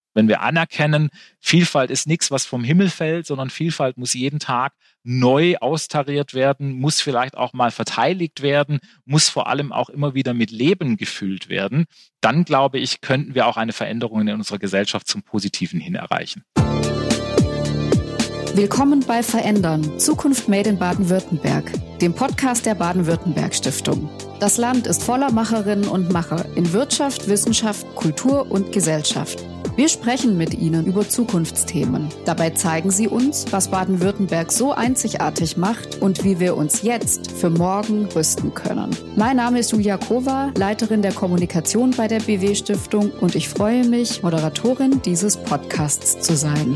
Wenn wir anerkennen, Vielfalt ist nichts, was vom Himmel fällt, sondern Vielfalt muss jeden Tag neu austariert werden, muss vielleicht auch mal verteidigt werden, muss vor allem auch immer wieder mit Leben gefüllt werden, dann glaube ich, könnten wir auch eine Veränderung in unserer Gesellschaft zum Positiven hin erreichen. Willkommen bei Verändern, Zukunft Made in Baden-Württemberg, dem Podcast der Baden-Württemberg-Stiftung. Das Land ist voller Macherinnen und Macher in Wirtschaft, Wissenschaft, Kultur und Gesellschaft. Wir sprechen mit ihnen über Zukunftsthemen. Dabei zeigen sie uns, was Baden-Württemberg so einzigartig macht und wie wir uns jetzt für morgen rüsten können. Mein Name ist Julia Kova, Leiterin der Kommunikation bei der BW-Stiftung und ich freue mich, Moderatorin dieses Podcasts zu sein.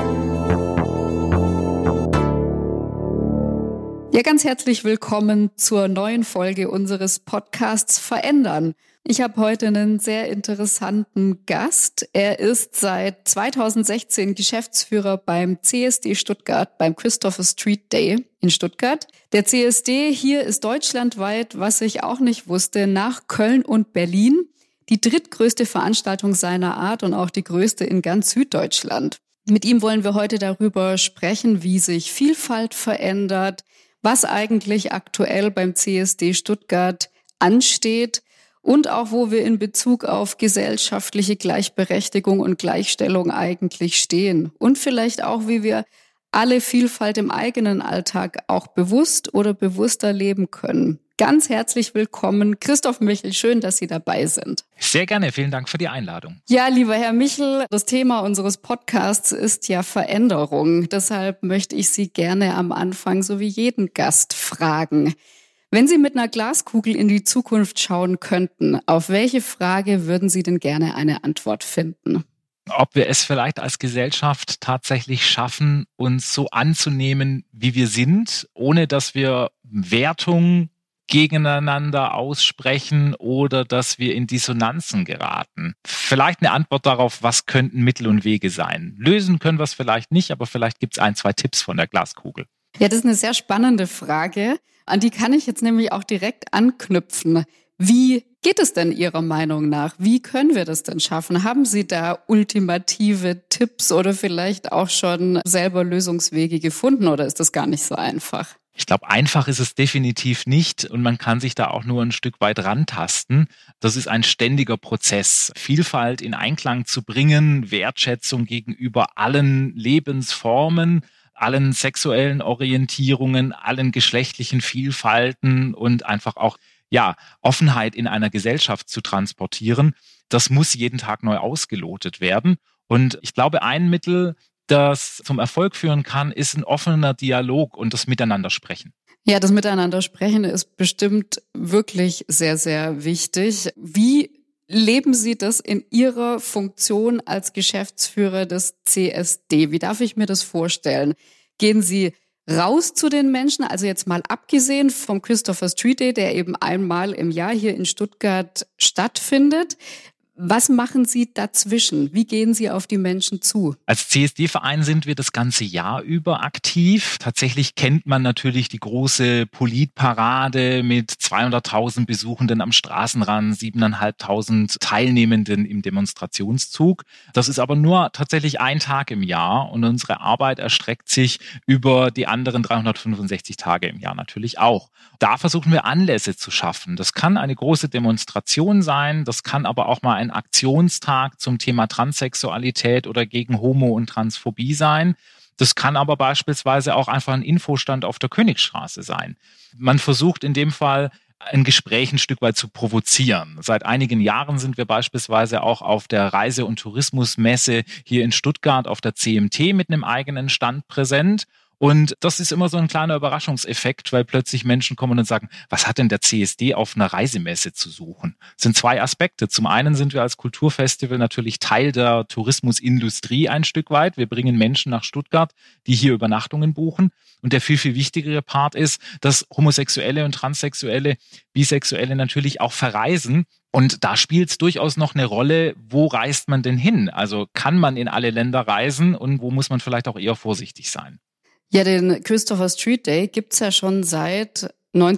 Ja, ganz herzlich willkommen zur neuen Folge unseres Podcasts Verändern. Ich habe heute einen sehr interessanten Gast. Er ist seit 2016 Geschäftsführer beim CSD Stuttgart, beim Christopher Street Day in Stuttgart. Der CSD hier ist deutschlandweit, was ich auch nicht wusste, nach Köln und Berlin die drittgrößte Veranstaltung seiner Art und auch die größte in ganz Süddeutschland. Mit ihm wollen wir heute darüber sprechen, wie sich Vielfalt verändert, was eigentlich aktuell beim CSD Stuttgart ansteht und auch wo wir in Bezug auf gesellschaftliche Gleichberechtigung und Gleichstellung eigentlich stehen und vielleicht auch, wie wir alle Vielfalt im eigenen Alltag auch bewusst oder bewusster leben können. Ganz herzlich willkommen, Christoph Michel. Schön, dass Sie dabei sind. Sehr gerne. Vielen Dank für die Einladung. Ja, lieber Herr Michel, das Thema unseres Podcasts ist ja Veränderung. Deshalb möchte ich Sie gerne am Anfang, so wie jeden Gast, fragen. Wenn Sie mit einer Glaskugel in die Zukunft schauen könnten, auf welche Frage würden Sie denn gerne eine Antwort finden? Ob wir es vielleicht als Gesellschaft tatsächlich schaffen, uns so anzunehmen, wie wir sind, ohne dass wir Wertung gegeneinander aussprechen oder dass wir in Dissonanzen geraten. Vielleicht eine Antwort darauf, was könnten Mittel und Wege sein. Lösen können wir es vielleicht nicht, aber vielleicht gibt es 1, 2 Tipps von der Glaskugel. Ja, das ist eine sehr spannende Frage. An die kann ich jetzt nämlich auch direkt anknüpfen. Wie geht es denn Ihrer Meinung nach? Wie können wir das denn schaffen? Haben Sie da ultimative Tipps oder vielleicht auch schon selber Lösungswege gefunden oder ist das gar nicht so einfach? Ich glaube, einfach ist es definitiv nicht und man kann sich da auch nur ein Stück weit rantasten. Das ist ein ständiger Prozess, Vielfalt in Einklang zu bringen, Wertschätzung gegenüber allen Lebensformen, allen sexuellen Orientierungen, allen geschlechtlichen Vielfalten und einfach auch Offenheit in einer Gesellschaft zu transportieren. Das muss jeden Tag neu ausgelotet werden. Und ich glaube, ein Mittel, das zum Erfolg führen kann, ist ein offener Dialog und das Miteinandersprechen. Ja, das Miteinandersprechen ist bestimmt wirklich sehr, sehr wichtig. Wie leben Sie das in Ihrer Funktion als Geschäftsführer des CSD? Wie darf ich mir das vorstellen? Gehen Sie raus zu den Menschen, also jetzt mal abgesehen vom Christopher Street Day, der eben einmal im Jahr hier in Stuttgart stattfindet. Was machen Sie dazwischen? Wie gehen Sie auf die Menschen zu? Als CSD-Verein sind wir das ganze Jahr über aktiv. Tatsächlich kennt man natürlich die große Politparade mit 200.000 Besuchenden am Straßenrand, 7.500 Teilnehmenden im Demonstrationszug. Das ist aber nur tatsächlich ein Tag im Jahr und unsere Arbeit erstreckt sich über die anderen 365 Tage im Jahr natürlich auch. Da versuchen wir Anlässe zu schaffen. Das kann eine große Demonstration sein, das kann aber auch mal ein Aktionstag zum Thema Transsexualität oder gegen Homo- und Transphobie sein. Das kann aber beispielsweise auch einfach ein Infostand auf der Königstraße sein. Man versucht in dem Fall, ein Gespräch ein Stück weit zu provozieren. Seit einigen Jahren sind wir beispielsweise auch auf der Reise- und Tourismusmesse hier in Stuttgart auf der CMT mit einem eigenen Stand präsent. Und das ist immer so ein kleiner Überraschungseffekt, weil plötzlich Menschen kommen und sagen, was hat denn der CSD auf einer Reisemesse zu suchen? Das sind 2 Aspekte. Zum einen sind wir als Kulturfestival natürlich Teil der Tourismusindustrie ein Stück weit. Wir bringen Menschen nach Stuttgart, die hier Übernachtungen buchen. Und der viel, viel wichtigere Part ist, dass Homosexuelle und Transsexuelle, Bisexuelle natürlich auch verreisen. Und da spielt es durchaus noch eine Rolle, wo reist man denn hin? Also kann man in alle Länder reisen und wo muss man vielleicht auch eher vorsichtig sein? Ja, den Christopher Street Day gibt's ja schon seit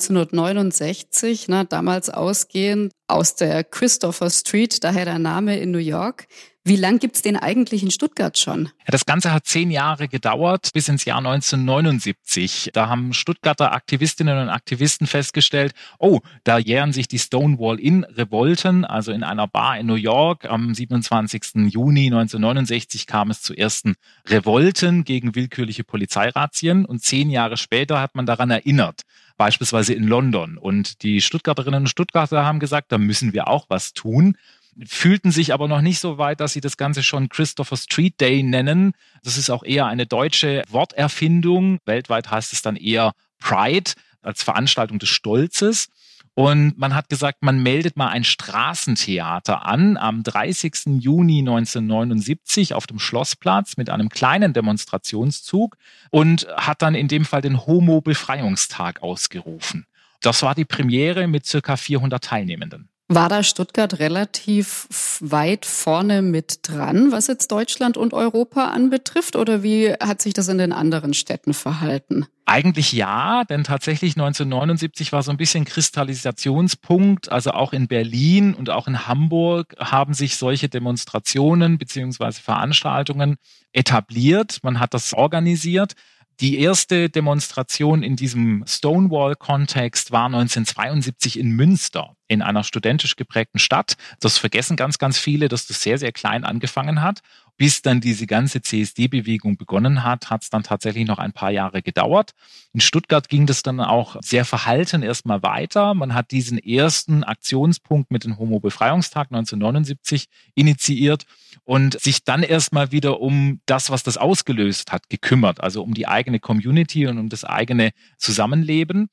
1969, damals ausgehend aus der Christopher Street, daher der Name in New York. Wie lang gibt's den eigentlich in Stuttgart schon? Ja, das Ganze hat 10 Jahre gedauert, bis ins Jahr 1979. Da haben Stuttgarter Aktivistinnen und Aktivisten festgestellt, da jähren sich die Stonewall-Inn-Revolten, also in einer Bar in New York. Am 27. Juni 1969 kam es zu ersten Revolten gegen willkürliche Polizeirazzien und 10 Jahre später hat man daran erinnert, beispielsweise in London. Und die Stuttgarterinnen und Stuttgarter haben gesagt, da müssen wir auch was tun. Fühlten sich aber noch nicht so weit, dass sie das Ganze schon Christopher Street Day nennen. Das ist auch eher eine deutsche Worterfindung. Weltweit heißt es dann eher Pride als Veranstaltung des Stolzes. Und man hat gesagt, man meldet mal ein Straßentheater an am 30. Juni 1979 auf dem Schlossplatz mit einem kleinen Demonstrationszug und hat dann in dem Fall den Homo-Befreiungstag ausgerufen. Das war die Premiere mit circa 400 Teilnehmenden. War da Stuttgart relativ weit vorne mit dran, was jetzt Deutschland und Europa anbetrifft? Oder wie hat sich das in den anderen Städten verhalten? Eigentlich ja, denn tatsächlich 1979 war so ein bisschen Kristallisationspunkt. Also auch in Berlin und auch in Hamburg haben sich solche Demonstrationen beziehungsweise Veranstaltungen etabliert. Man hat das organisiert. Die erste Demonstration in diesem Stonewall-Kontext war 1972 in Münster, in einer studentisch geprägten Stadt. Das vergessen ganz, ganz viele, dass das sehr, sehr klein angefangen hat. Bis dann diese ganze CSD-Bewegung begonnen hat, hat es dann tatsächlich noch ein paar Jahre gedauert. In Stuttgart ging das dann auch sehr verhalten erstmal weiter. Man hat diesen ersten Aktionspunkt mit dem Homo-Befreiungstag 1979 initiiert und sich dann erstmal wieder um das, was das ausgelöst hat, gekümmert. Also um die eigene Community und um das eigene Zusammenleben.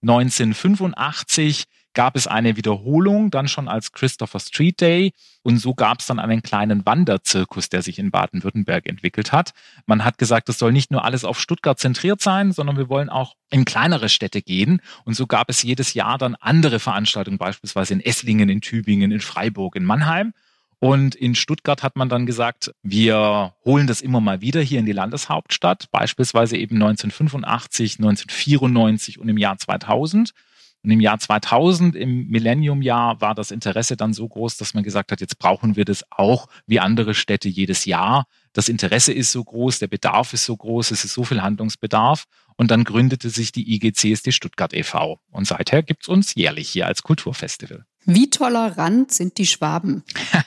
1985 gab es eine Wiederholung, dann schon als Christopher Street Day. Und so gab es dann einen kleinen Wanderzirkus, der sich in Baden-Württemberg entwickelt hat. Man hat gesagt, es soll nicht nur alles auf Stuttgart zentriert sein, sondern wir wollen auch in kleinere Städte gehen. Und so gab es jedes Jahr dann andere Veranstaltungen, beispielsweise in Esslingen, in Tübingen, in Freiburg, in Mannheim. Und in Stuttgart hat man dann gesagt, wir holen das immer mal wieder hier in die Landeshauptstadt, beispielsweise eben 1985, 1994 und im Jahr 2000. Und im Jahr 2000, im Millennium-Jahr, war das Interesse dann so groß, dass man gesagt hat, jetzt brauchen wir das auch wie andere Städte jedes Jahr. Das Interesse ist so groß, der Bedarf ist so groß, es ist so viel Handlungsbedarf. Und dann gründete sich die IGCSD Stuttgart e.V. Und seither gibt's uns jährlich hier als Kulturfestival. Wie tolerant sind die Schwaben?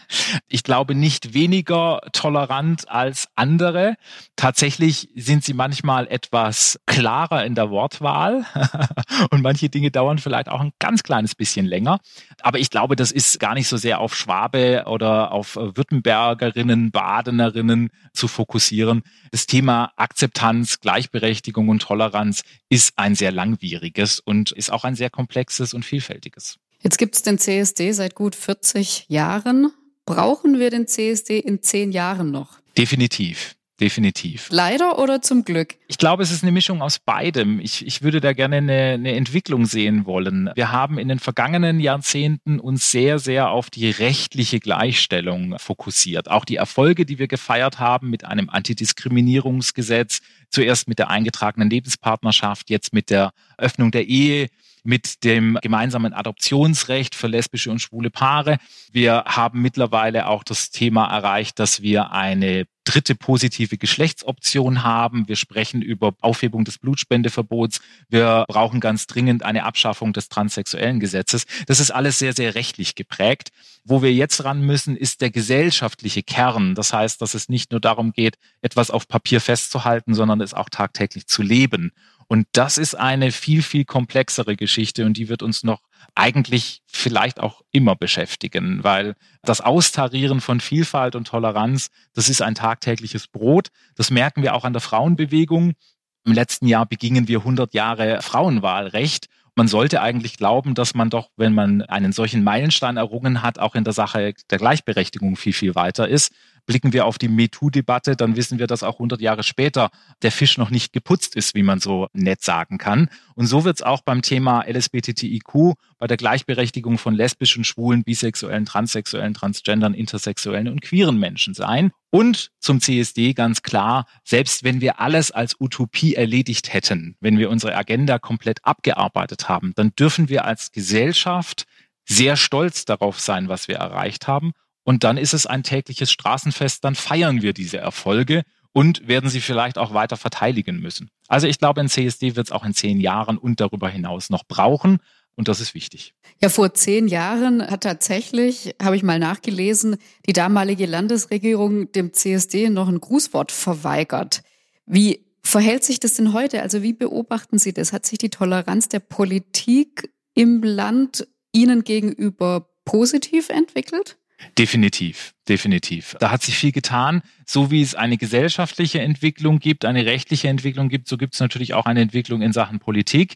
Ich glaube nicht weniger tolerant als andere. Tatsächlich sind sie manchmal etwas klarer in der Wortwahl und manche Dinge dauern vielleicht auch ein ganz kleines bisschen länger. Aber ich glaube, das ist gar nicht so sehr auf Schwabe oder auf Württembergerinnen, Badenerinnen zu fokussieren. Das Thema Akzeptanz, Gleichberechtigung und Toleranz ist ein sehr langwieriges und ist auch ein sehr komplexes und vielfältiges. Jetzt gibt es den CSD seit gut 40 Jahren. Brauchen wir den CSD in 10 Jahren noch? Definitiv. Leider oder zum Glück? Ich glaube, es ist eine Mischung aus beidem. Ich würde da gerne eine Entwicklung sehen wollen. Wir haben in den vergangenen Jahrzehnten uns sehr, sehr auf die rechtliche Gleichstellung fokussiert. Auch die Erfolge, die wir gefeiert haben mit einem Antidiskriminierungsgesetz, zuerst mit der eingetragenen Lebenspartnerschaft, jetzt mit der Öffnung der Ehe, mit dem gemeinsamen Adoptionsrecht für lesbische und schwule Paare. Wir haben mittlerweile auch das Thema erreicht, dass wir eine dritte positive Geschlechtsoption haben. Wir sprechen über Aufhebung des Blutspendeverbots. Wir brauchen ganz dringend eine Abschaffung des transsexuellen Gesetzes. Das ist alles sehr, sehr rechtlich geprägt. Wo wir jetzt ran müssen, ist der gesellschaftliche Kern. Das heißt, dass es nicht nur darum geht, etwas auf Papier festzuhalten, sondern es auch tagtäglich zu leben. Und das ist eine viel, viel komplexere Geschichte und die wird uns noch eigentlich vielleicht auch immer beschäftigen, weil das Austarieren von Vielfalt und Toleranz, das ist ein tagtägliches Brot. Das merken wir auch an der Frauenbewegung. Im letzten Jahr begingen wir 100 Jahre Frauenwahlrecht. Man sollte eigentlich glauben, dass man doch, wenn man einen solchen Meilenstein errungen hat, auch in der Sache der Gleichberechtigung viel, viel weiter ist. Blicken wir auf die MeToo-Debatte, dann wissen wir, dass auch 100 Jahre später der Fisch noch nicht geputzt ist, wie man so nett sagen kann. Und so wird es auch beim Thema LSBTTIQ, bei der Gleichberechtigung von lesbischen, schwulen, bisexuellen, transsexuellen, transgendern, intersexuellen und queeren Menschen sein. Und zum CSD ganz klar, selbst wenn wir alles als Utopie erledigt hätten, wenn wir unsere Agenda komplett abgearbeitet haben, dann dürfen wir als Gesellschaft sehr stolz darauf sein, was wir erreicht haben. Und dann ist es ein tägliches Straßenfest, dann feiern wir diese Erfolge und werden sie vielleicht auch weiter verteidigen müssen. Also ich glaube, ein CSD wird es auch in 10 Jahren und darüber hinaus noch brauchen. Und das ist wichtig. Ja, vor 10 Jahren hat tatsächlich, habe ich mal nachgelesen, die damalige Landesregierung dem CSD noch ein Grußwort verweigert. Wie verhält sich das denn heute? Also wie beobachten Sie das? Hat sich die Toleranz der Politik im Land Ihnen gegenüber positiv entwickelt? Definitiv. Da hat sich viel getan. So wie es eine gesellschaftliche Entwicklung gibt, eine rechtliche Entwicklung gibt, so gibt es natürlich auch eine Entwicklung in Sachen Politik.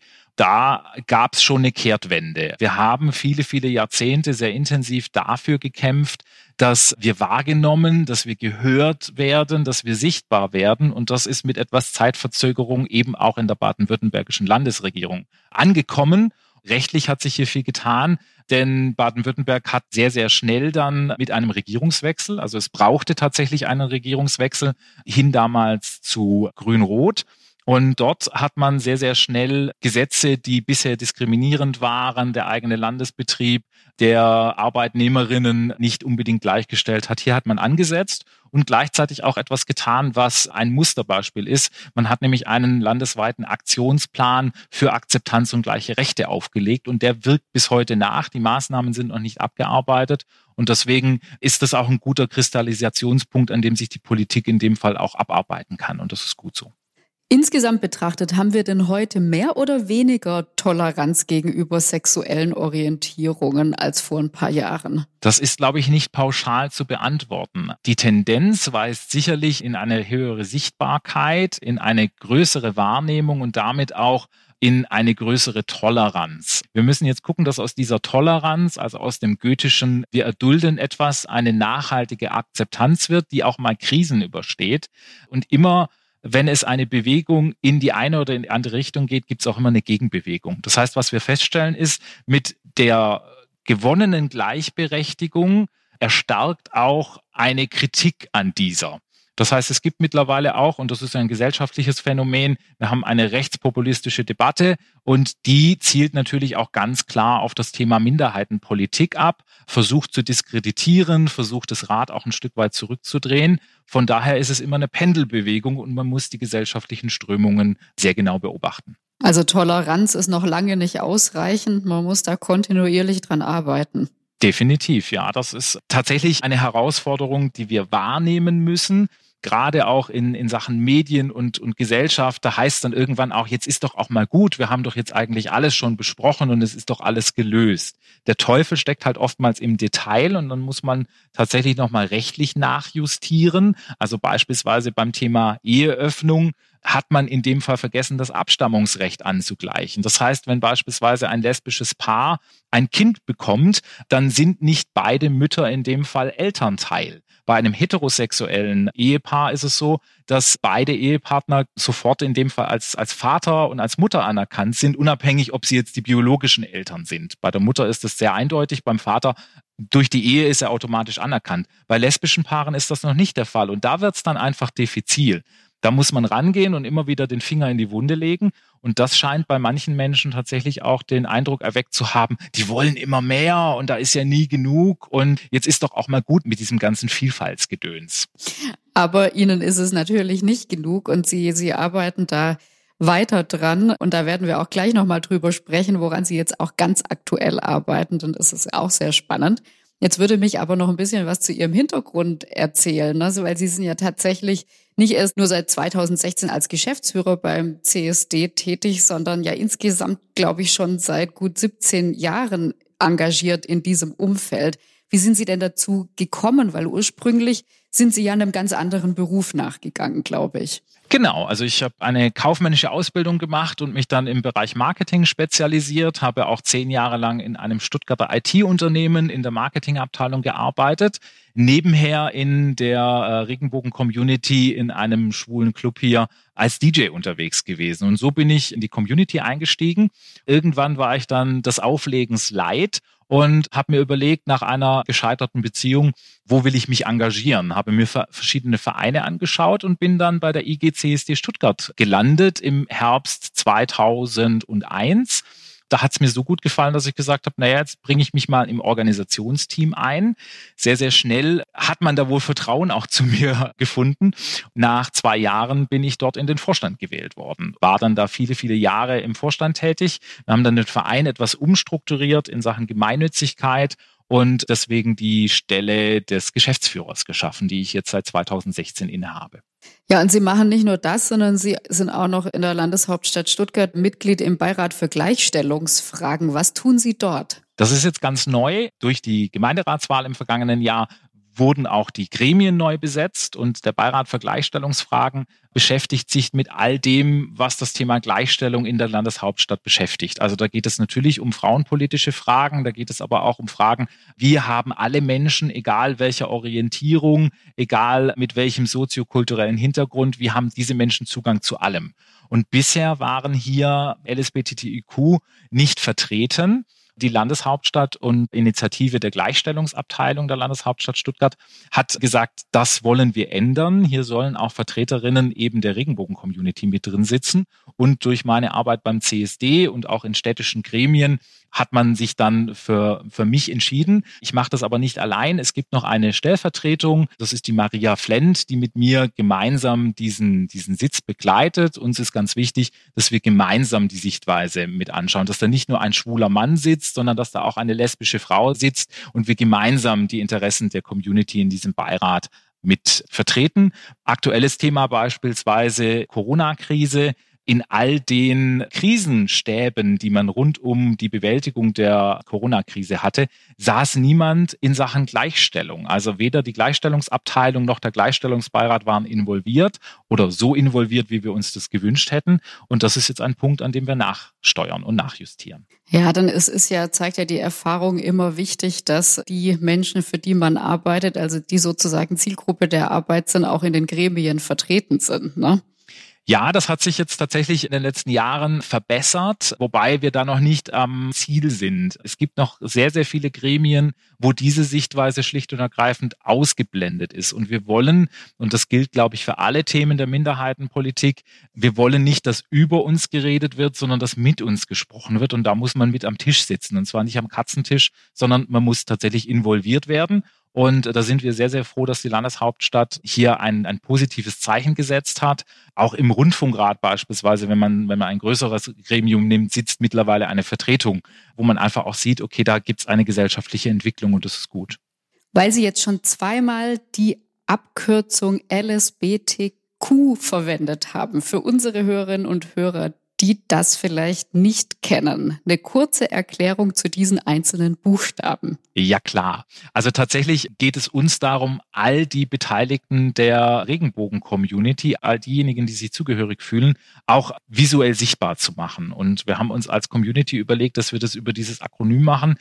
Da gab es schon eine Kehrtwende. Wir haben viele, viele Jahrzehnte sehr intensiv dafür gekämpft, dass wir wahrgenommen, dass wir gehört werden, dass wir sichtbar werden. Und das ist mit etwas Zeitverzögerung eben auch in der baden-württembergischen Landesregierung angekommen. Rechtlich hat sich hier viel getan, denn Baden-Württemberg hat sehr, sehr schnell dann mit einem Regierungswechsel, also es brauchte tatsächlich einen Regierungswechsel hin damals zu Grün-Rot. Und dort hat man sehr, sehr schnell Gesetze, die bisher diskriminierend waren, der eigene Landesbetrieb, der Arbeitnehmerinnen nicht unbedingt gleichgestellt hat. Hier hat man angesetzt und gleichzeitig auch etwas getan, was ein Musterbeispiel ist. Man hat nämlich einen landesweiten Aktionsplan für Akzeptanz und gleiche Rechte aufgelegt und der wirkt bis heute nach. Die Maßnahmen sind noch nicht abgearbeitet und deswegen ist das auch ein guter Kristallisationspunkt, an dem sich die Politik in dem Fall auch abarbeiten kann und das ist gut so. Insgesamt betrachtet, haben wir denn heute mehr oder weniger Toleranz gegenüber sexuellen Orientierungen als vor ein paar Jahren? Das ist, glaube ich, nicht pauschal zu beantworten. Die Tendenz weist sicherlich in eine höhere Sichtbarkeit, in eine größere Wahrnehmung und damit auch in eine größere Toleranz. Wir müssen jetzt gucken, dass aus dieser Toleranz, also aus dem goethischen, wir erdulden etwas, eine nachhaltige Akzeptanz wird, die auch mal Krisen übersteht und immer wenn es eine Bewegung in die eine oder in die andere Richtung geht, gibt es auch immer eine Gegenbewegung. Das heißt, was wir feststellen ist, mit der gewonnenen Gleichberechtigung erstarkt auch eine Kritik an dieser. Das heißt, es gibt mittlerweile auch, und das ist ein gesellschaftliches Phänomen, wir haben eine rechtspopulistische Debatte und die zielt natürlich auch ganz klar auf das Thema Minderheitenpolitik ab, versucht zu diskreditieren, versucht das Rad auch ein Stück weit zurückzudrehen. Von daher ist es immer eine Pendelbewegung und man muss die gesellschaftlichen Strömungen sehr genau beobachten. Also Toleranz ist noch lange nicht ausreichend, man muss da kontinuierlich dran arbeiten. Definitiv, ja. Das ist tatsächlich eine Herausforderung, die wir wahrnehmen müssen. Gerade auch in Sachen Medien und Gesellschaft, da heißt es dann irgendwann auch, jetzt ist doch auch mal gut, wir haben doch jetzt eigentlich alles schon besprochen und es ist doch alles gelöst. Der Teufel steckt halt oftmals im Detail und dann muss man tatsächlich nochmal rechtlich nachjustieren. Also beispielsweise beim Thema Eheöffnung hat man in dem Fall vergessen, das Abstammungsrecht anzugleichen. Das heißt, wenn beispielsweise ein lesbisches Paar ein Kind bekommt, dann sind nicht beide Mütter in dem Fall Elternteil. Bei einem heterosexuellen Ehepaar ist es so, dass beide Ehepartner sofort in dem Fall als Vater und als Mutter anerkannt sind, unabhängig, ob sie jetzt die biologischen Eltern sind. Bei der Mutter ist das sehr eindeutig, beim Vater durch die Ehe ist er automatisch anerkannt. Bei lesbischen Paaren ist das noch nicht der Fall und da wird es dann einfach diffizil. Da muss man rangehen und immer wieder den Finger in die Wunde legen. Und das scheint bei manchen Menschen tatsächlich auch den Eindruck erweckt zu haben, die wollen immer mehr und da ist ja nie genug. Und jetzt ist doch auch mal gut mit diesem ganzen Vielfaltsgedöns. Aber Ihnen ist es natürlich nicht genug und Sie arbeiten da weiter dran. Und da werden wir auch gleich nochmal drüber sprechen, woran Sie jetzt auch ganz aktuell arbeiten. Und das ist auch sehr spannend. Jetzt würde mich aber noch ein bisschen was zu Ihrem Hintergrund erzählen, ne? Weil Sie sind ja tatsächlich nicht erst nur seit 2016 als Geschäftsführer beim CSD tätig, sondern ja insgesamt, glaube ich, schon seit gut 17 Jahren engagiert in diesem Umfeld. Wie sind Sie denn dazu gekommen? Weil ursprünglich sind Sie ja einem ganz anderen Beruf nachgegangen, glaube ich. Genau, also ich habe eine kaufmännische Ausbildung gemacht und mich dann im Bereich Marketing spezialisiert, habe auch 10 Jahre lang in einem Stuttgarter IT-Unternehmen in der Marketingabteilung gearbeitet, nebenher in der Regenbogen-Community in einem schwulen Club hier als DJ unterwegs gewesen. Und so bin ich in die Community eingestiegen. Irgendwann war ich dann des Auflegens leid und habe mir überlegt, nach einer gescheiterten Beziehung, wo will ich mich engagieren? Habe mir verschiedene Vereine angeschaut und bin dann bei der IG CSD Stuttgart gelandet im Herbst 2001. da hat es mir so gut gefallen, dass ich gesagt habe, naja, jetzt bringe ich mich mal im Organisationsteam ein. Sehr, sehr schnell hat man da wohl Vertrauen auch zu mir gefunden. Nach 2 Jahren bin ich dort in den Vorstand gewählt worden. War dann da viele, viele Jahre im Vorstand tätig. Wir haben dann den Verein etwas umstrukturiert in Sachen Gemeinnützigkeit und deswegen die Stelle des Geschäftsführers geschaffen, die ich jetzt seit 2016 innehabe. Ja, und Sie machen nicht nur das, sondern Sie sind auch noch in der Landeshauptstadt Stuttgart Mitglied im Beirat für Gleichstellungsfragen. Was tun Sie dort? Das ist jetzt ganz neu. Durch die Gemeinderatswahl im vergangenen Jahr wurden auch die Gremien neu besetzt und der Beirat für Gleichstellungsfragen beschäftigt sich mit all dem, was das Thema Gleichstellung in der Landeshauptstadt beschäftigt. Also da geht es natürlich um frauenpolitische Fragen, da geht es aber auch um Fragen, wie haben alle Menschen, egal welcher Orientierung, egal mit welchem soziokulturellen Hintergrund, wie haben diese Menschen Zugang zu allem. Und bisher waren hier LSBTTIQ nicht vertreten. Die Landeshauptstadt und Initiative der Gleichstellungsabteilung der Landeshauptstadt Stuttgart hat gesagt, das wollen wir ändern. Hier sollen auch Vertreterinnen eben der Regenbogen-Community mit drin sitzen. Und durch meine Arbeit beim CSD und auch in städtischen Gremien hat man sich dann für mich entschieden. Ich mache das aber nicht allein. Es gibt noch eine Stellvertretung. Das ist die Maria Flend, die mit mir gemeinsam diesen Sitz begleitet. Uns ist ganz wichtig, dass wir gemeinsam die Sichtweise mit anschauen, dass da nicht nur ein schwuler Mann sitzt, sondern dass da auch eine lesbische Frau sitzt und wir gemeinsam die Interessen der Community in diesem Beirat mit vertreten. Aktuelles Thema beispielsweise Corona-Krise. In all den Krisenstäben, die man rund um die Bewältigung der Corona-Krise hatte, saß niemand in Sachen Gleichstellung. Also weder die Gleichstellungsabteilung noch der Gleichstellungsbeirat waren involviert oder so involviert, wie wir uns das gewünscht hätten. Und das ist jetzt ein Punkt, an dem wir nachsteuern und nachjustieren. Ja, dann zeigt ja die Erfahrung immer wichtig, dass die Menschen, für die man arbeitet, also die sozusagen Zielgruppe der Arbeit sind, auch in den Gremien vertreten sind, ne? Ja, das hat sich jetzt tatsächlich in den letzten Jahren verbessert, wobei wir da noch nicht am Ziel sind. Es gibt noch sehr, sehr viele Gremien, wo diese Sichtweise schlicht und ergreifend ausgeblendet ist. Und wir wollen, und das gilt, glaube ich, für alle Themen der Minderheitenpolitik, wir wollen nicht, dass über uns geredet wird, sondern dass mit uns gesprochen wird. Und da muss man mit am Tisch sitzen. Und zwar nicht am Katzentisch, sondern man muss tatsächlich involviert werden. Und da sind wir sehr, sehr froh, dass die Landeshauptstadt hier ein positives Zeichen gesetzt hat. Auch im Rundfunkrat beispielsweise, wenn man ein größeres Gremium nimmt, sitzt mittlerweile eine Vertretung, wo man einfach auch sieht, okay, da gibt's eine gesellschaftliche Entwicklung und das ist gut. Weil Sie jetzt schon zweimal die Abkürzung LSBTQ verwendet haben, für unsere Hörerinnen und Hörer, die das vielleicht nicht kennen. Eine kurze Erklärung zu diesen einzelnen Buchstaben. Ja, klar. Also tatsächlich geht es uns darum, all die Beteiligten der Regenbogen-Community, all diejenigen, die sich zugehörig fühlen, auch visuell sichtbar zu machen. Und wir haben uns als Community überlegt, dass wir das über dieses Akronym machen.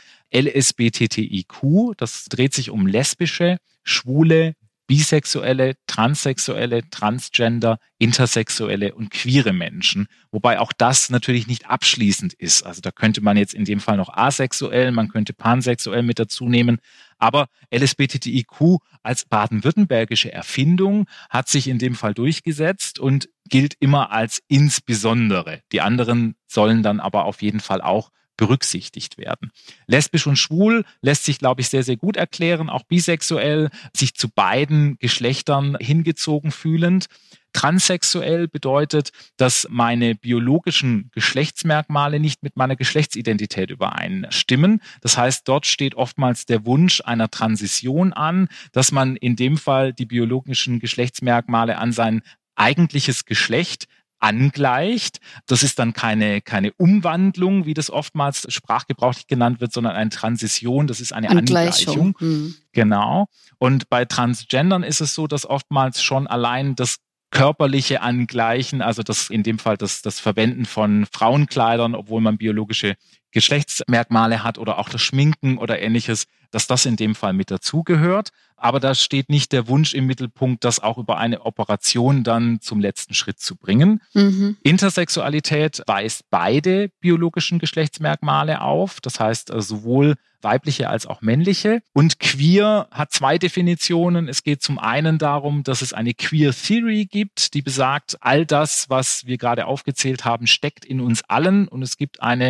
LSBTTIQ, das dreht sich um lesbische, schwule, bisexuelle, transsexuelle, transgender, intersexuelle und queere Menschen. Wobei auch das natürlich nicht abschließend ist. Also da könnte man jetzt in dem Fall noch asexuell, man könnte pansexuell mit dazu nehmen. Aber LSBTTIQ als baden-württembergische Erfindung hat sich in dem Fall durchgesetzt und gilt immer als insbesondere. Die anderen sollen dann aber auf jeden Fall auch berücksichtigt werden. Lesbisch und schwul lässt sich, glaube ich, sehr, sehr gut erklären, auch bisexuell, sich zu beiden Geschlechtern hingezogen fühlend. Transsexuell bedeutet, dass meine biologischen Geschlechtsmerkmale nicht mit meiner Geschlechtsidentität übereinstimmen. Das heißt, dort steht oftmals der Wunsch einer Transition an, dass man in dem Fall die biologischen Geschlechtsmerkmale an sein eigentliches Geschlecht angleicht. Das ist dann keine Umwandlung, wie das oftmals sprachgebrauchlich genannt wird, sondern eine Transition. Das ist eine Angleichung. Genau. Und bei Transgendern ist es so, dass oftmals schon allein das körperliche Angleichen, also das in dem Fall das Verwenden von Frauenkleidern, obwohl man biologische Geschlechtsmerkmale hat oder auch das Schminken oder Ähnliches, dass das in dem Fall mit dazugehört. Aber da steht nicht der Wunsch im Mittelpunkt, das auch über eine Operation dann zum letzten Schritt zu bringen. Mhm. Intersexualität weist beide biologischen Geschlechtsmerkmale auf. Das heißt sowohl weibliche als auch männliche. Und queer hat 2 Definitionen. Es geht zum einen darum, dass es eine Queer Theory gibt, die besagt, all das, was wir gerade aufgezählt haben, steckt in uns allen. Und es gibt eine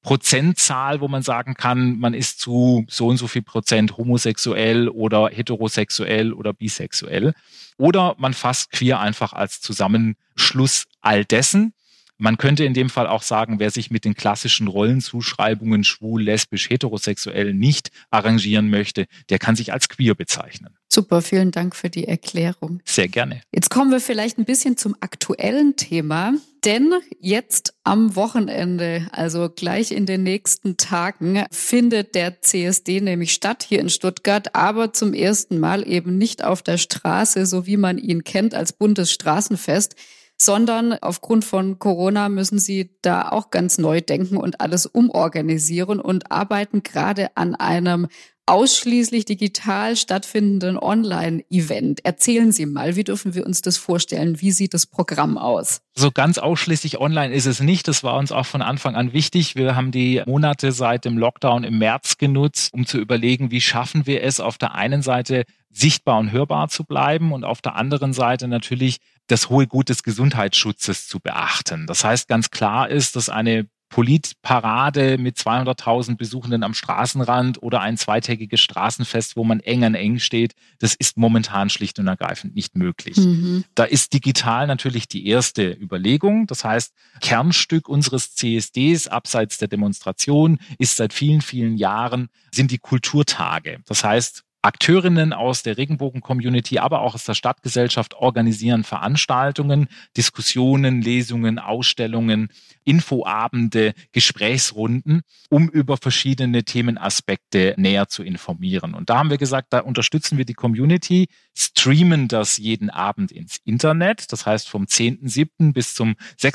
Prozentzahl, wo man sagen kann, man ist zu so und so viel Prozent homosexuell oder heterosexuell oder bisexuell. Oder man fasst queer einfach als Zusammenschluss all dessen. Man könnte in dem Fall auch sagen, wer sich mit den klassischen Rollenzuschreibungen schwul, lesbisch, heterosexuell nicht arrangieren möchte, der kann sich als queer bezeichnen. Super, vielen Dank für die Erklärung. Sehr gerne. Jetzt kommen wir vielleicht ein bisschen zum aktuellen Thema, denn jetzt am Wochenende, also gleich in den nächsten Tagen, findet der CSD nämlich statt hier in Stuttgart, aber zum ersten Mal eben nicht auf der Straße, so wie man ihn kennt als Bundesstraßenfest, sondern aufgrund von Corona müssen sie da auch ganz neu denken und alles umorganisieren und arbeiten gerade an einem ausschließlich digital stattfindenden Online-Event. Erzählen Sie mal, wie dürfen wir uns das vorstellen? Wie sieht das Programm aus? So ganz ausschließlich online ist es nicht. Das war uns auch von Anfang an wichtig. Wir haben die Monate seit dem Lockdown im März genutzt, um zu überlegen, wie schaffen wir es, auf der einen Seite sichtbar und hörbar zu bleiben und auf der anderen Seite natürlich das hohe Gut des Gesundheitsschutzes zu beachten. Das heißt, ganz klar ist, dass eine Politparade mit 200.000 Besuchenden am Straßenrand oder ein zweitägiges Straßenfest, wo man eng an eng steht, das ist momentan schlicht und ergreifend nicht möglich. Da ist digital natürlich die erste Überlegung. Das heißt, Kernstück unseres CSDs abseits der Demonstration ist seit vielen, vielen Jahren sind die Kulturtage. Das heißt, Akteurinnen aus der Regenbogen-Community, aber auch aus der Stadtgesellschaft organisieren Veranstaltungen, Diskussionen, Lesungen, Ausstellungen, Infoabende, Gesprächsrunden, um über verschiedene Themenaspekte näher zu informieren. Und da haben wir gesagt, da unterstützen wir die Community, streamen das jeden Abend ins Internet. Das heißt, vom 10.7. bis zum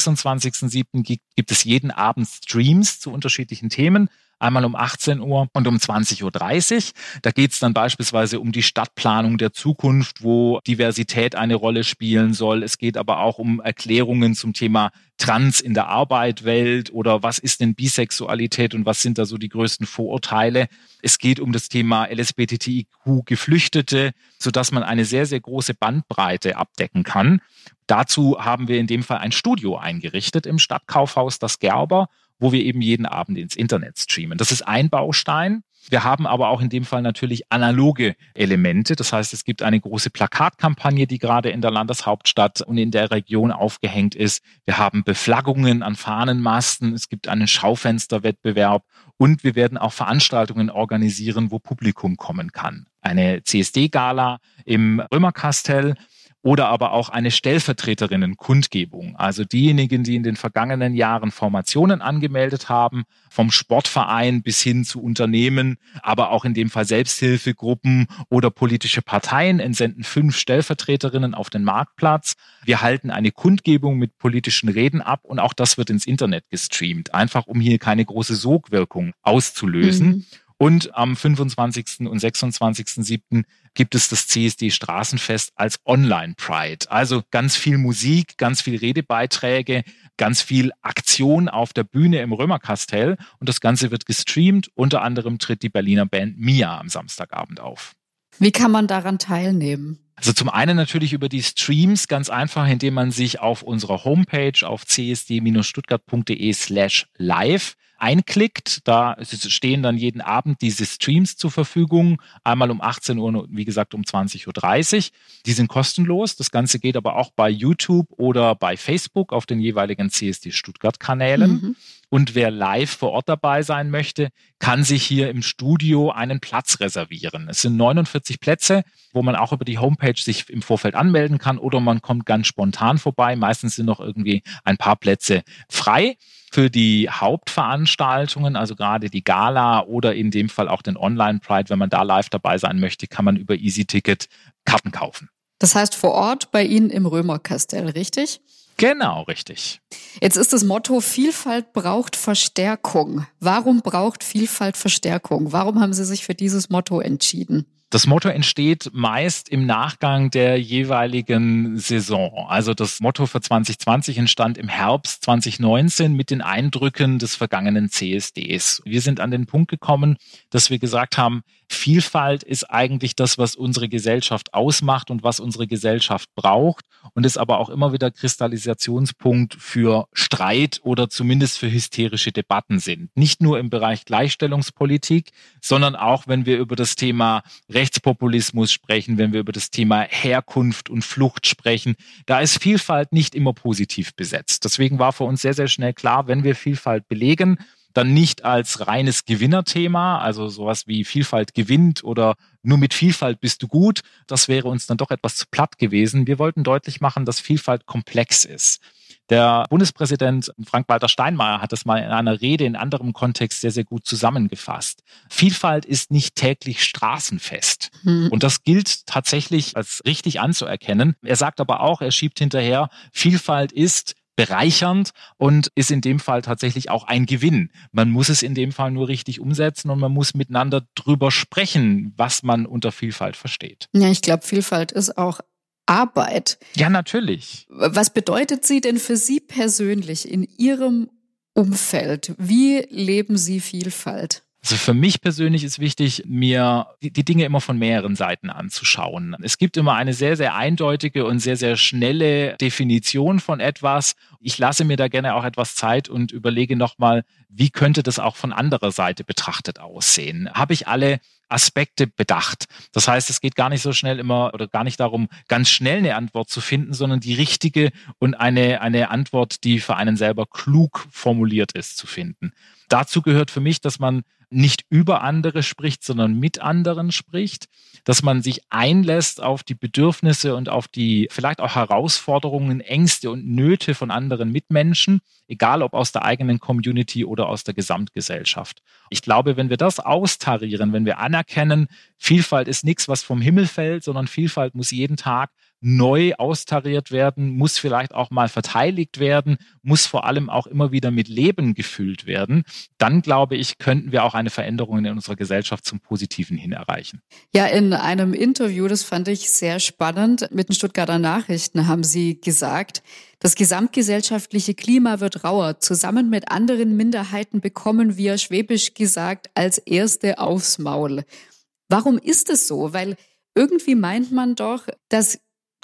26.7. gibt es jeden Abend Streams zu unterschiedlichen Themen. Einmal um 18 Uhr und um 20.30 Uhr. Da geht es dann beispielsweise um die Stadtplanung der Zukunft, wo Diversität eine Rolle spielen soll. Es geht aber auch um Erklärungen zum Thema Trans in der Arbeitswelt oder was ist denn Bisexualität und was sind da so die größten Vorurteile. Es geht um das Thema LSBTIQ-Geflüchtete, sodass man eine sehr, sehr große Bandbreite abdecken kann. Dazu haben wir in dem Fall ein Studio eingerichtet im Stadtkaufhaus Das Gerber, wo wir eben jeden Abend ins Internet streamen. Das ist ein Baustein. Wir haben aber auch in dem Fall natürlich analoge Elemente. Das heißt, es gibt eine große Plakatkampagne, die gerade in der Landeshauptstadt und in der Region aufgehängt ist. Wir haben Beflaggungen an Fahnenmasten. Es gibt einen Schaufensterwettbewerb und wir werden auch Veranstaltungen organisieren, wo Publikum kommen kann. Eine CSD-Gala im Römerkastell oder aber auch eine Stellvertreterinnen-Kundgebung. Also diejenigen, die in den vergangenen Jahren Formationen angemeldet haben, vom Sportverein bis hin zu Unternehmen, aber auch in dem Fall Selbsthilfegruppen oder politische Parteien, entsenden 5 Stellvertreterinnen auf den Marktplatz. Wir halten eine Kundgebung mit politischen Reden ab und auch das wird ins Internet gestreamt, einfach um hier keine große Sogwirkung auszulösen. Und am 25. und 26.7. gibt es das CSD Straßenfest als Online-Pride. Also ganz viel Musik, ganz viel Redebeiträge, ganz viel Aktion auf der Bühne im Römerkastell. Und das Ganze wird gestreamt. Unter anderem tritt die Berliner Band Mia am Samstagabend auf. Wie kann man daran teilnehmen? Also zum einen natürlich über die Streams, ganz einfach, indem man sich auf unserer Homepage auf csd-stuttgart.de/live einklickt. Da stehen dann jeden Abend diese Streams zur Verfügung, einmal um 18 Uhr und wie gesagt um 20.30 Uhr. Die sind kostenlos. Das Ganze geht aber auch bei YouTube oder bei Facebook auf den jeweiligen CSD Stuttgart-Kanälen. Und wer live vor Ort dabei sein möchte, kann sich hier im Studio einen Platz reservieren. Es sind 49 Plätze, wo man auch über die Homepage sich im Vorfeld anmelden kann oder man kommt ganz spontan vorbei. Meistens sind noch irgendwie ein paar Plätze frei. Für die Hauptveranstaltungen, also gerade die Gala oder in dem Fall auch den Online-Pride, wenn man da live dabei sein möchte, kann man über EasyTicket Karten kaufen. Das heißt vor Ort bei Ihnen im Römerkastell, richtig? Genau, richtig. Jetzt ist das Motto, Vielfalt braucht Verstärkung. Warum braucht Vielfalt Verstärkung? Warum haben Sie sich für dieses Motto entschieden? Das Motto entsteht meist im Nachgang der jeweiligen Saison. Also das Motto für 2020 entstand im Herbst 2019 mit den Eindrücken des vergangenen CSDs. Wir sind an den Punkt gekommen, dass wir gesagt haben, Vielfalt ist eigentlich das, was unsere Gesellschaft ausmacht und was unsere Gesellschaft braucht und ist aber auch immer wieder Kristallisationspunkt für Streit oder zumindest für hysterische Debatten sind. Nicht nur im Bereich Gleichstellungspolitik, sondern auch, wenn wir über das Thema Rechtspopulismus sprechen, wenn wir über das Thema Herkunft und Flucht sprechen. Da ist Vielfalt nicht immer positiv besetzt. Deswegen war für uns sehr, sehr schnell klar, wenn wir Vielfalt belegen, dann nicht als reines Gewinnerthema, also sowas wie Vielfalt gewinnt oder nur mit Vielfalt bist du gut. Das wäre uns dann doch etwas zu platt gewesen. Wir wollten deutlich machen, dass Vielfalt komplex ist. Der Bundespräsident Frank-Walter Steinmeier hat das mal in einer Rede in anderem Kontext sehr, sehr gut zusammengefasst. Vielfalt ist nicht täglich straßenfest. Und das gilt tatsächlich als richtig anzuerkennen. Er sagt aber auch, er schiebt hinterher, Vielfalt ist bereichernd und ist in dem Fall tatsächlich auch ein Gewinn. Man muss es in dem Fall nur richtig umsetzen und man muss miteinander drüber sprechen, was man unter Vielfalt versteht. Ja, ich glaube, Vielfalt ist auch Arbeit. Ja, natürlich. Was bedeutet sie denn für Sie persönlich in Ihrem Umfeld? Wie leben Sie Vielfalt? Also für mich persönlich ist wichtig, mir die Dinge immer von mehreren Seiten anzuschauen. Es gibt immer eine sehr, sehr eindeutige und sehr, sehr schnelle Definition von etwas. Ich lasse mir da gerne auch etwas Zeit und überlege nochmal, wie könnte das auch von anderer Seite betrachtet aussehen? Habe ich alle Aspekte bedacht? Das heißt, es geht gar nicht so schnell immer oder gar nicht darum, ganz schnell eine Antwort zu finden, sondern die richtige und eine Antwort, die für einen selber klug formuliert ist, zu finden. Dazu gehört für mich, dass man nicht über andere spricht, sondern mit anderen spricht, dass man sich einlässt auf die Bedürfnisse und auf die vielleicht auch Herausforderungen, Ängste und Nöte von anderen Mitmenschen, egal ob aus der eigenen Community oder aus der Gesamtgesellschaft. Ich glaube, wenn wir das austarieren, wenn wir anerkennen, Vielfalt ist nichts, was vom Himmel fällt, sondern Vielfalt muss jeden Tag neu austariert werden, muss vielleicht auch mal verteidigt werden, muss vor allem auch immer wieder mit Leben gefüllt werden, dann glaube ich, könnten wir auch eine Veränderung in unserer Gesellschaft zum Positiven hin erreichen. Ja, in einem Interview, das fand ich sehr spannend, mit den Stuttgarter Nachrichten haben Sie gesagt, das gesamtgesellschaftliche Klima wird rauer. Zusammen mit anderen Minderheiten bekommen wir, schwäbisch gesagt, als Erste aufs Maul. Warum ist es so? Weil irgendwie meint man doch, dass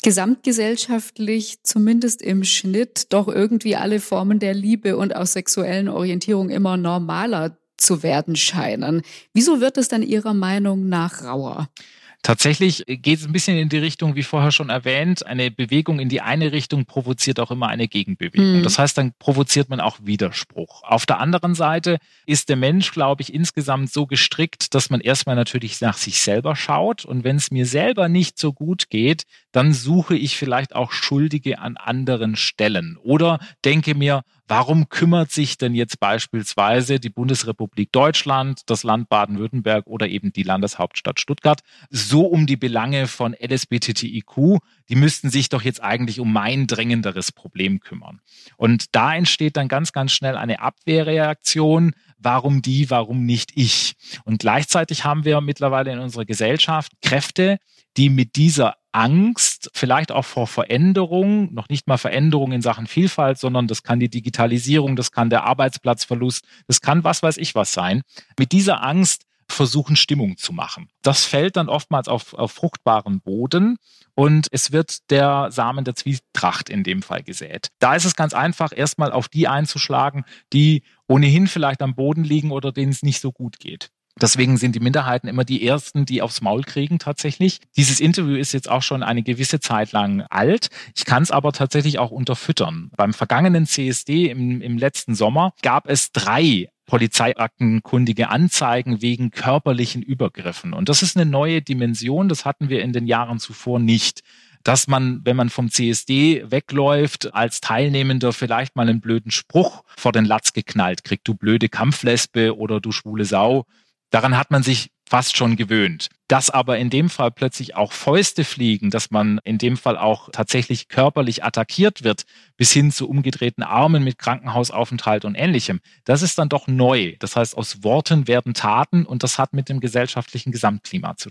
gesamtgesellschaftlich, zumindest im Schnitt, doch irgendwie alle Formen der Liebe und auch sexuellen Orientierung immer normaler zu werden scheinen. Wieso wird es dann Ihrer Meinung nach rauer? Tatsächlich geht es ein bisschen in die Richtung, wie vorher schon erwähnt, eine Bewegung in die eine Richtung provoziert auch immer eine Gegenbewegung. Das heißt, dann provoziert man auch Widerspruch. Auf der anderen Seite ist der Mensch, glaube ich, insgesamt so gestrickt, dass man erstmal natürlich nach sich selber schaut und wenn es mir selber nicht so gut geht, dann suche ich vielleicht auch Schuldige an anderen Stellen oder denke mir, warum kümmert sich denn jetzt beispielsweise die Bundesrepublik Deutschland, das Land Baden-Württemberg oder eben die Landeshauptstadt Stuttgart so um die Belange von LSBTTIQ? Die müssten sich doch jetzt eigentlich um mein drängenderes Problem kümmern. Und da entsteht dann ganz, ganz schnell eine Abwehrreaktion. Warum die, warum nicht ich? Und gleichzeitig haben wir mittlerweile in unserer Gesellschaft Kräfte, die mit dieser Angst, vielleicht auch vor Veränderung, noch nicht mal Veränderung in Sachen Vielfalt, sondern das kann die Digitalisierung, das kann der Arbeitsplatzverlust, das kann was weiß ich was sein, mit dieser Angst versuchen, Stimmung zu machen. Das fällt dann oftmals auf fruchtbaren Boden und es wird der Samen der Zwietracht in dem Fall gesät. Da ist es ganz einfach, erstmal auf die einzuschlagen, die ohnehin vielleicht am Boden liegen oder denen es nicht so gut geht. Deswegen sind die Minderheiten immer die Ersten, die aufs Maul kriegen tatsächlich. Dieses Interview ist jetzt auch schon eine gewisse Zeit lang alt. Ich kann es aber tatsächlich auch unterfüttern. Beim vergangenen CSD im letzten Sommer gab es 3 polizeiaktenkundige Anzeigen wegen körperlichen Übergriffen. Und das ist eine neue Dimension, das hatten wir in den Jahren zuvor nicht. Dass man, wenn man vom CSD wegläuft, als Teilnehmender vielleicht mal einen blöden Spruch vor den Latz geknallt kriegt, du blöde Kampflesbe oder du schwule Sau. Daran hat man sich fast schon gewöhnt. Dass aber in dem Fall plötzlich auch Fäuste fliegen, dass man in dem Fall auch tatsächlich körperlich attackiert wird, bis hin zu umgedrehten Armen mit Krankenhausaufenthalt und Ähnlichem, das ist dann doch neu. Das heißt, aus Worten werden Taten und das hat mit dem gesellschaftlichen Gesamtklima zu tun.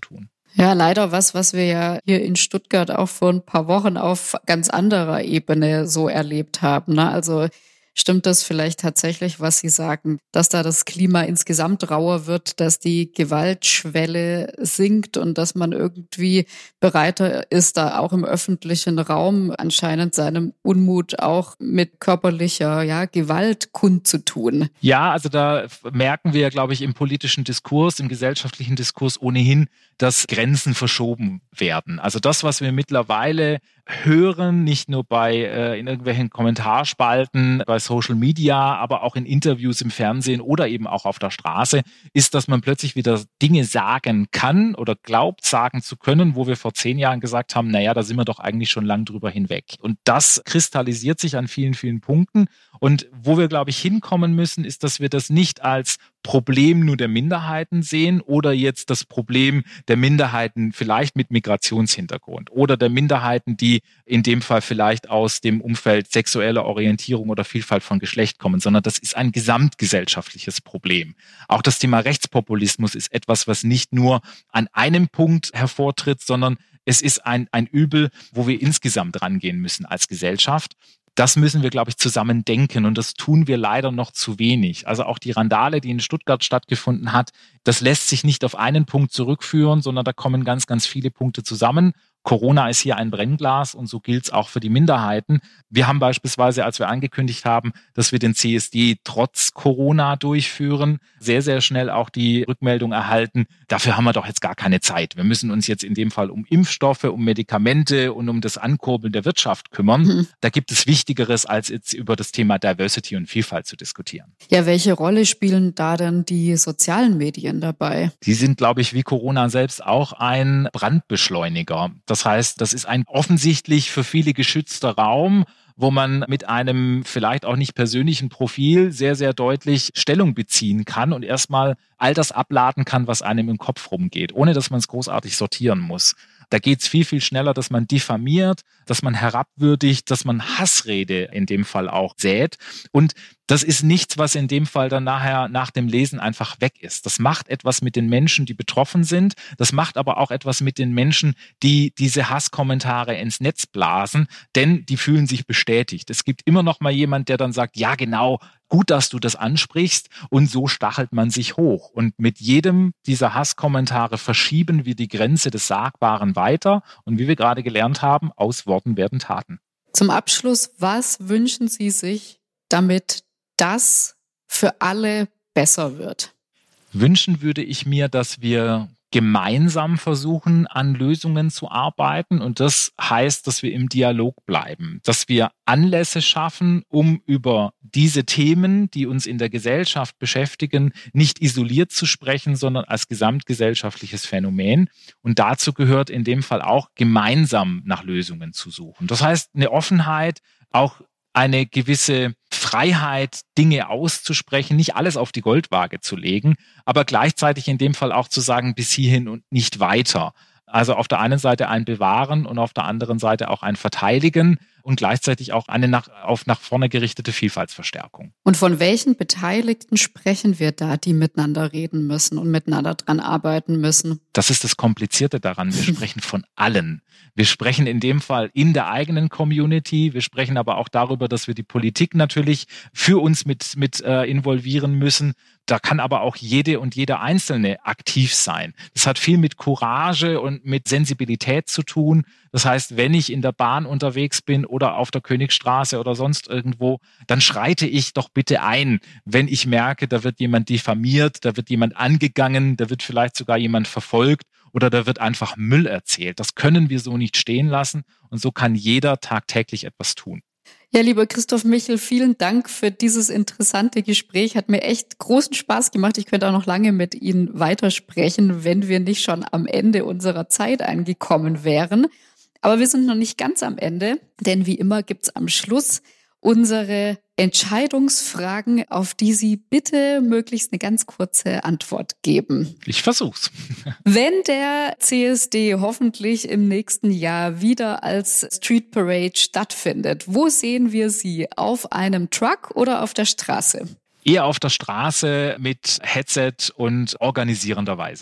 Ja, leider was wir ja hier in Stuttgart auch vor ein paar Wochen auf ganz anderer Ebene so erlebt haben, ne? Also stimmt das vielleicht tatsächlich, was Sie sagen, dass da das Klima insgesamt rauer wird, dass die Gewaltschwelle sinkt und dass man irgendwie bereiter ist, da auch im öffentlichen Raum anscheinend seinem Unmut auch mit körperlicher, Gewalt kundzutun? Ja, also da merken wir, glaube ich, im politischen Diskurs, im gesellschaftlichen Diskurs ohnehin, dass Grenzen verschoben werden. Also das, was wir mittlerweile hören, nicht nur in irgendwelchen Kommentarspalten, bei Social Media, aber auch in Interviews im Fernsehen oder eben auch auf der Straße, ist, dass man plötzlich wieder Dinge sagen kann oder glaubt, sagen zu können, wo wir vor 10 Jahren gesagt haben, naja, da sind wir doch eigentlich schon lang drüber hinweg. Und das kristallisiert sich an vielen, vielen Punkten. Und wo wir, glaube ich, hinkommen müssen, ist, dass wir das nicht als Problem nur der Minderheiten sehen oder jetzt das Problem der Minderheiten vielleicht mit Migrationshintergrund oder der Minderheiten, die in dem Fall vielleicht aus dem Umfeld sexueller Orientierung oder Vielfalt von Geschlecht kommen, sondern das ist ein gesamtgesellschaftliches Problem. Auch das Thema Rechtspopulismus ist etwas, was nicht nur an einem Punkt hervortritt, sondern es ist ein Übel, wo wir insgesamt rangehen müssen als Gesellschaft. Das müssen wir, glaube ich, zusammen denken und das tun wir leider noch zu wenig. Also auch die Randale, die in Stuttgart stattgefunden hat, das lässt sich nicht auf einen Punkt zurückführen, sondern da kommen ganz, ganz viele Punkte zusammen. Corona ist hier ein Brennglas und so gilt es auch für die Minderheiten. Wir haben beispielsweise, als wir angekündigt haben, dass wir den CSD trotz Corona durchführen, sehr, sehr schnell auch die Rückmeldung erhalten, dafür haben wir doch jetzt gar keine Zeit. Wir müssen uns jetzt in dem Fall um Impfstoffe, um Medikamente und um das Ankurbeln der Wirtschaft kümmern. Da gibt es Wichtigeres, als jetzt über das Thema Diversity und Vielfalt zu diskutieren. Ja, welche Rolle spielen da denn die sozialen Medien dabei? Die sind, glaube ich, wie Corona selbst auch ein Brandbeschleuniger. Das heißt, das ist ein offensichtlich für viele geschützter Raum, wo man mit einem vielleicht auch nicht persönlichen Profil sehr, sehr deutlich Stellung beziehen kann und erstmal all das abladen kann, was einem im Kopf rumgeht, ohne dass man es großartig sortieren muss. Da geht es viel, viel schneller, dass man diffamiert, dass man herabwürdigt, dass man Hassrede in dem Fall auch sät. Und das ist nichts, was in dem Fall dann nachher nach dem Lesen einfach weg ist. Das macht etwas mit den Menschen, die betroffen sind. Das macht aber auch etwas mit den Menschen, die diese Hasskommentare ins Netz blasen, denn die fühlen sich bestätigt. Es gibt immer noch mal jemand, der dann sagt, ja genau, gut, dass du das ansprichst, und so stachelt man sich hoch. Und mit jedem dieser Hasskommentare verschieben wir die Grenze des Sagbaren weiter. Und wie wir gerade gelernt haben, aus Worten werden Taten. Zum Abschluss, was wünschen Sie sich, damit das für alle besser wird? Wünschen würde ich mir, dass wir gemeinsam versuchen, an Lösungen zu arbeiten. Und das heißt, dass wir im Dialog bleiben, dass wir Anlässe schaffen, um über diese Themen, die uns in der Gesellschaft beschäftigen, nicht isoliert zu sprechen, sondern als gesamtgesellschaftliches Phänomen. Und dazu gehört in dem Fall auch, gemeinsam nach Lösungen zu suchen. Das heißt, eine Offenheit, auch eine gewisse Freiheit, Dinge auszusprechen, nicht alles auf die Goldwaage zu legen, aber gleichzeitig in dem Fall auch zu sagen, bis hierhin und nicht weiter. Also auf der einen Seite ein Bewahren und auf der anderen Seite auch ein Verteidigen und gleichzeitig auch eine nach vorne gerichtete Vielfaltsverstärkung. Und von welchen Beteiligten sprechen wir da, die miteinander reden müssen und miteinander dran arbeiten müssen? Das ist das Komplizierte daran. Wir sprechen von allen. Wir sprechen in dem Fall in der eigenen Community. Wir sprechen aber auch darüber, dass wir die Politik natürlich für uns mit involvieren müssen. Da kann aber auch jede und jeder Einzelne aktiv sein. Das hat viel mit Courage und mit Sensibilität zu tun. Das heißt, wenn ich in der Bahn unterwegs bin oder auf der Königstraße oder sonst irgendwo, dann schreite ich doch bitte ein, wenn ich merke, da wird jemand diffamiert, da wird jemand angegangen, da wird vielleicht sogar jemand verfolgt oder da wird einfach Müll erzählt. Das können wir so nicht stehen lassen und so kann jeder tagtäglich etwas tun. Ja, lieber Christoph Michel, vielen Dank für dieses interessante Gespräch. Hat mir echt großen Spaß gemacht. Ich könnte auch noch lange mit Ihnen weitersprechen, wenn wir nicht schon am Ende unserer Zeit angekommen wären. Aber wir sind noch nicht ganz am Ende, denn wie immer gibt's am Schluss unsere Entscheidungsfragen, auf die Sie bitte möglichst eine ganz kurze Antwort geben. Ich versuch's. Wenn der CSD hoffentlich im nächsten Jahr wieder als Street Parade stattfindet, wo sehen wir Sie? Auf einem Truck oder auf der Straße? Eher auf der Straße mit Headset und organisierender Weise.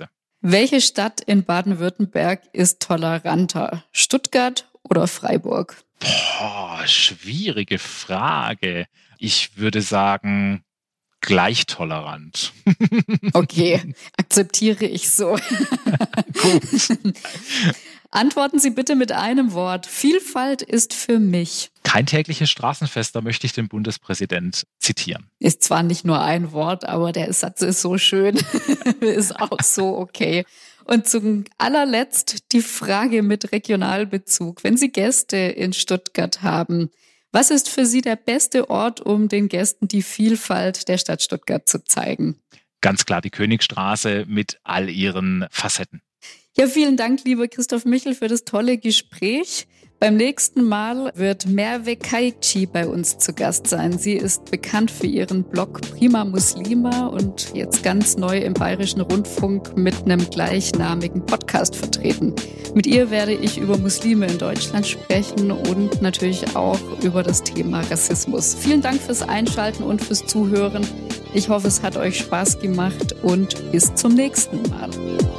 Welche Stadt in Baden-Württemberg ist toleranter? Stuttgart oder Freiburg? Schwierige Frage. Ich würde sagen, gleich tolerant. Okay, akzeptiere ich so. Gut. Antworten Sie bitte mit einem Wort. Vielfalt ist für mich. Kein tägliches Straßenfest, da möchte ich den Bundespräsident zitieren. Ist zwar nicht nur ein Wort, aber der Satz ist so schön, ist auch so okay. Und zum allerletzt die Frage mit Regionalbezug. Wenn Sie Gäste in Stuttgart haben, was ist für Sie der beste Ort, um den Gästen die Vielfalt der Stadt Stuttgart zu zeigen? Ganz klar die Königstraße mit all ihren Facetten. Ja, vielen Dank, lieber Christoph Michel, für das tolle Gespräch. Beim nächsten Mal wird Merve Kaici bei uns zu Gast sein. Sie ist bekannt für ihren Blog Prima Muslima und jetzt ganz neu im Bayerischen Rundfunk mit einem gleichnamigen Podcast vertreten. Mit ihr werde ich über Muslime in Deutschland sprechen und natürlich auch über das Thema Rassismus. Vielen Dank fürs Einschalten und fürs Zuhören. Ich hoffe, es hat euch Spaß gemacht und bis zum nächsten Mal.